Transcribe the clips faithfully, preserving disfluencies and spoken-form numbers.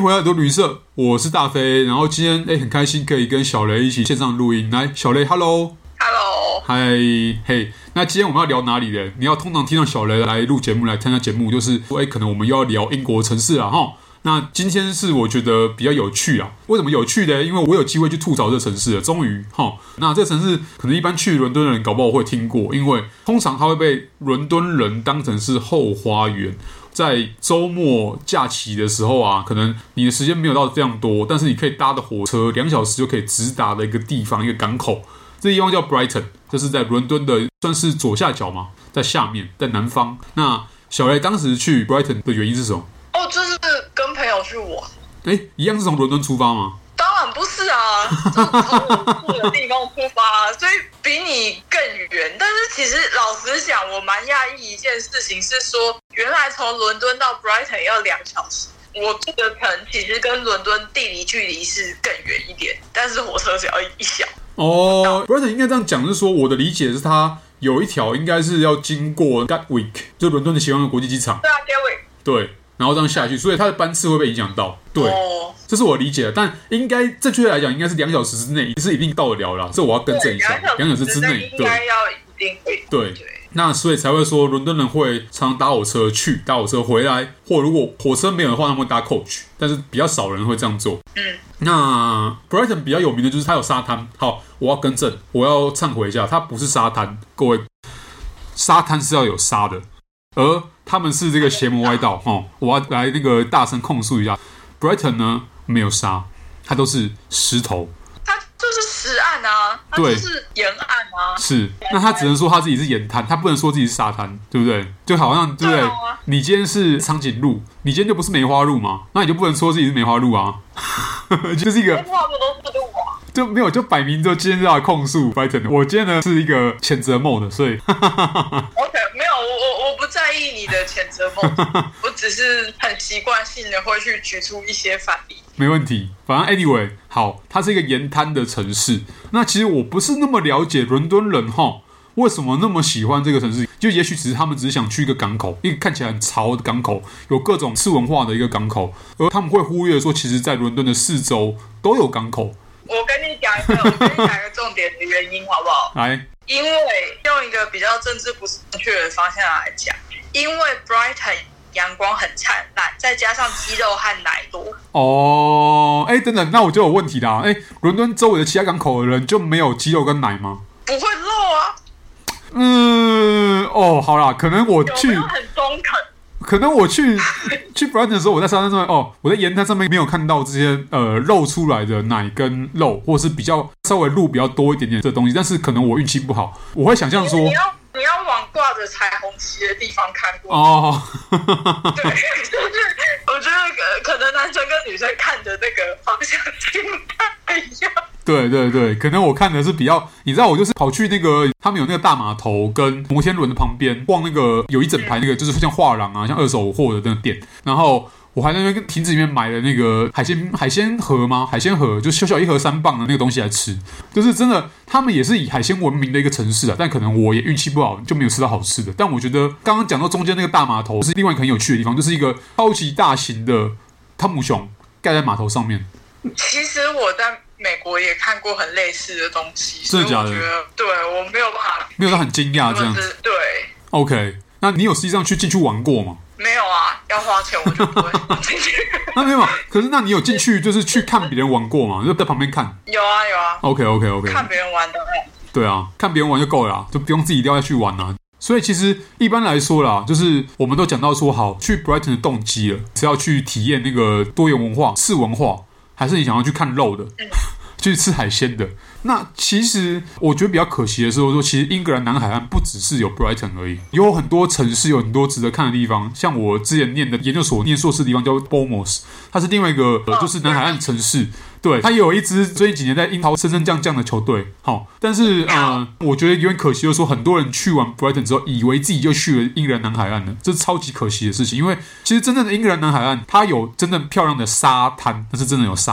回来多旅社，我是大飞，然后今天哎很开心可以跟小雷一起线上录音。来，小雷 ，Hello，Hello， 嗨，嘿，那今天我们要聊哪里呢？你要通常听到小雷来录节目来参加节目，就是说哎可能我们又要聊英国城市了哈。那今天是我觉得比较有趣啊，为什么有趣呢？因为我有机会去吐槽这个城市了，终于齁。那这个城市可能一般去伦敦的人搞不好会听过，因为通常它会被伦敦人当成是后花园。在周末假期的时候啊，可能你的时间没有到非常多，但是你可以搭的火车两小时就可以直达的一个地方，一个港口。这地方叫 Brighton， 这是在伦敦的算是左下角嘛，在下面，在南方。那小雷当时去 Brighton 的原因是什么？ 哦，就是跟朋友去玩。 哎，一样是从伦敦出发吗？ 当然不是啊，就是从我住的地方出发，所以比你更远。但是其实老实讲，我蛮讶异一件事情是说，原来从伦敦到 Brighton 要两小时。我住的城其实跟伦敦地理距离是更远一点，但是火车只要一小。 哦 ，Brighton 应该这样讲，就是说我的理解是它有一条应该是要经过 Gatwick， 就伦敦的希望国际机场。 对啊 ，Gatwick。对。 然后这样下去，所以它的班次会被影响到。对，哦、这是我理解的。但应该正确来讲，应该是两小时之内是一定到得了啦。这我要更正一下，两小时之内应该要一定会。 对，对那所以才会说伦敦人会常常搭火车去，搭火车回来，或如果火车没有的话，他们会搭 coach， 但是比较少人会这样做。嗯，那 Brighton 比较有名的就是它有沙滩。好，我要更正，我要忏悔一下，它不是沙滩，各位，沙滩是要有沙的。而他们是这个邪魔歪道哦，我要来那个大声控诉一下 ，Brighton 呢没有沙，它都是石头， 它就是石岸啊，它就是沿岸啊， 是，那他只能说他自己是沿滩，他不能说自己是沙滩，对不对？就好像对不对？对啊、你今天是长颈鹿，你今天就不是梅花鹿嘛，那你就不能说自己是梅花鹿啊，就是一个。就没有，就摆明就今天是要控诉 Brighton。我今天呢是一个谴责 mode， 所以 OK， 没有，我我我不在意你的谴责 mode， 我只是很习惯性的会去举出一些反例。 没问题，反正 anyway， 好，它是一个沿滩的城市。那其实我不是那么了解伦敦人哈，为什么那么喜欢这个城市？就也许只是他们只是想去一个港口，一个看起来很潮的港口，有各种次文化的一个港口，而他们会忽略说，其实在伦敦的四周都有港口。 我跟你讲一个，我跟你讲一个重点的原因，好不好？ 来， 因为用一个比较政治不正确的方向来讲，因为 Brighton 阳光很灿烂，再加上鸡肉和奶多。 哦，哎，等等，那我就有问题啦。哎，伦敦周围的其他港口的人就没有鸡肉跟奶吗？ 不会漏啊。 嗯，哦，好啦，可能我去有没有很中肯。 可能我去去 Brighton 的时候，我在沙滩上面哦，我在沿滩上面没有看到这些呃露出来的奶跟肉，或是比较稍微露比较多一点点的东西，但是可能我运气不好，我会想象说你要你要往挂着彩虹旗的地方看过哦， 对，就是我觉得可能男生跟女生看的那个方向性不太一样。 对对对，可能我看的是比较，你知道，我就是跑去那个他们有那个大码头跟摩天轮的旁边逛那个有一整排那个就是像画廊啊，像二手货的那个店，然后我还在那边亭子里面买了那个海鲜海鲜盒吗？海鲜盒就小小一盒三磅的那个东西来吃，就是真的，他们也是以海鲜闻名的一个城市啊。但可能我也运气不好，就没有吃到好吃的。但我觉得刚刚讲到中间那个大码头是另外一个很有趣的地方，就是一个超级大型的汤姆熊盖在码头上面。 其实我在美国也看过很类似的东西， 真的假的？ 所以我觉得对我没有办法， 没有到很惊讶这样子。 对 ，OK， 那你有实际上去进去玩过吗？ 没有啊，要花钱我就不会进去。 那没有，可是那你有进去就是去看别人玩过吗？就在旁边看。 有啊有啊。 OK OK OK。 看别人玩的。 对啊，看别人玩就够了啦，就不用自己一定要去玩啊。所以其实一般来说啦，就是我们都讲到说，好去 Brighton 的动机了，是要去体验那个多元文化、次文化，还是你想要去看肉的？嗯去吃海鲜的。那其实我觉得比较可惜的是说，其实英格兰南海岸不只是有 Brighton 而已，有很多城市有很多值得看的地方。像我之前念的研究所念硕士的地方叫 Bournemouth， 它是另外一个、呃、就是南海岸城市。对，它也有一支最近几年在英超升升降降的球队。好，但是呃，我觉得有点可惜，就是说很多人去完 Brighton 之后，以为自己就去了英格兰南海岸了，这是超级可惜的事情。因为其实真正的英格兰南海岸，它有真正漂亮的沙滩，那是真的有沙的。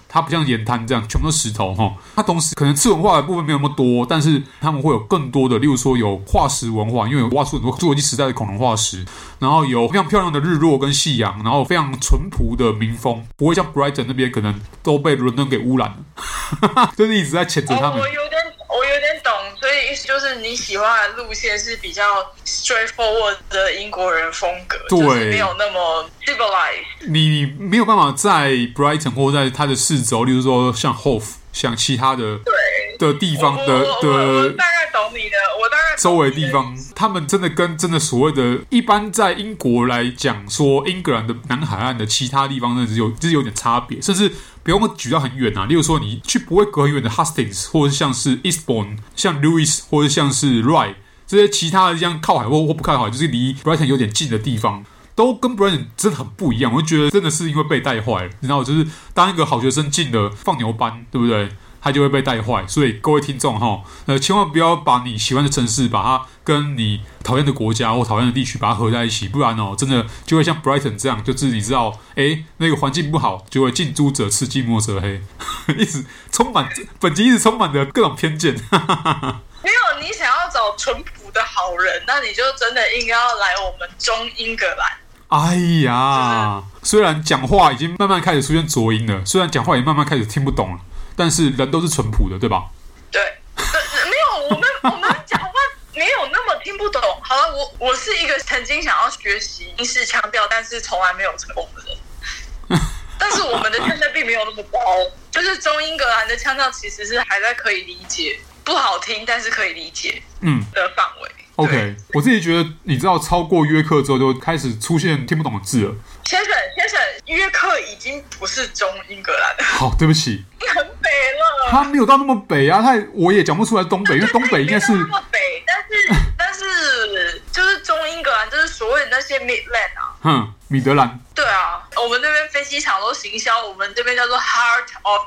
它不像盐滩这样全部都石头哈。它同时可能次文化的部分没有那么多，但是他们会有更多的，例如说有化石文化，因为有挖出很多侏罗纪时代的恐龙化石，然后有非常漂亮的日落跟夕阳，然后非常淳朴的民风，不会像 Brighton 那边可能都被伦敦给污染了，就是一直在谴责他们。 哦，我有点我有点懂，所以意思就是你喜欢的路线是比较 straightforward 的英国人风格， 对， 就是没有那么 civilized。 你没有办法在 Brighton 或在它的四周，例如说像 Hove， 像其他的的地方的我我的， 我我大概懂你的，我大概周围地方，他们真的跟真的所谓的一般在英国来讲，说英格兰的南海岸的其他地方，真的是有就是有点差别，甚至不用举到很远啊。例如说，你去不会隔很远的 Hastings， 或者像是 Eastbourne， 像 Lewis， 或者像是 Rye 这些其他的像靠海或或不靠海，就是离 Brighton 有点近的地方。都跟 Brighton 真的很不一样，我就觉得真的是因为被带坏了，你知道，就是当一个好学生进了放牛班，对不对？他就会被带坏。所以各位听众哈，呃，千万不要把你喜欢的城市，把它跟你讨厌的国家或讨厌的地区把它合在一起，不然哦，真的就会像 Brighton 这样，就是你知道，哎，那个环境不好，就会近朱者赤，近墨者黑，一直充满本集一直充满着各种偏见。 没有，你想要找淳朴的好人，那你就真的应该要来我们中英格兰。 哎呀，虽然讲话已经慢慢开始出现浊音了，虽然讲话也慢慢开始听不懂了，但是人都是淳朴的，对吧？ 对，没有，我们我们讲话没有那么听不懂。好了，我我是一个曾经想要学习英式腔调，但是从来没有成功的人。但是我们的腔调并没有那么高，就是中英格兰的腔调其实是还在可以理解，不好听，但是可以理解嗯的范围。 OK， 我自己觉得，你知道，超过约克之后，就开始出现听不懂的字了。 先生，先生，约克已经不是中英格兰了。 好，对不起。 你很北了。 他没有到那么北啊，他我也讲不出来东北，因为东北应该是那么北，但是但是就是中英格兰，就是所谓的那些 Midland 啊。 哼，米德兰。 对啊，我们那边飞机场都行销，我们这边叫做 Heart of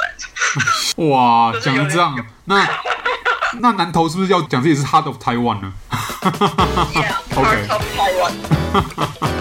England。 哇，讲成这样，那那南投是不是要讲自己是 Heart of Taiwan 呢？ Yeah, Heart of Taiwan。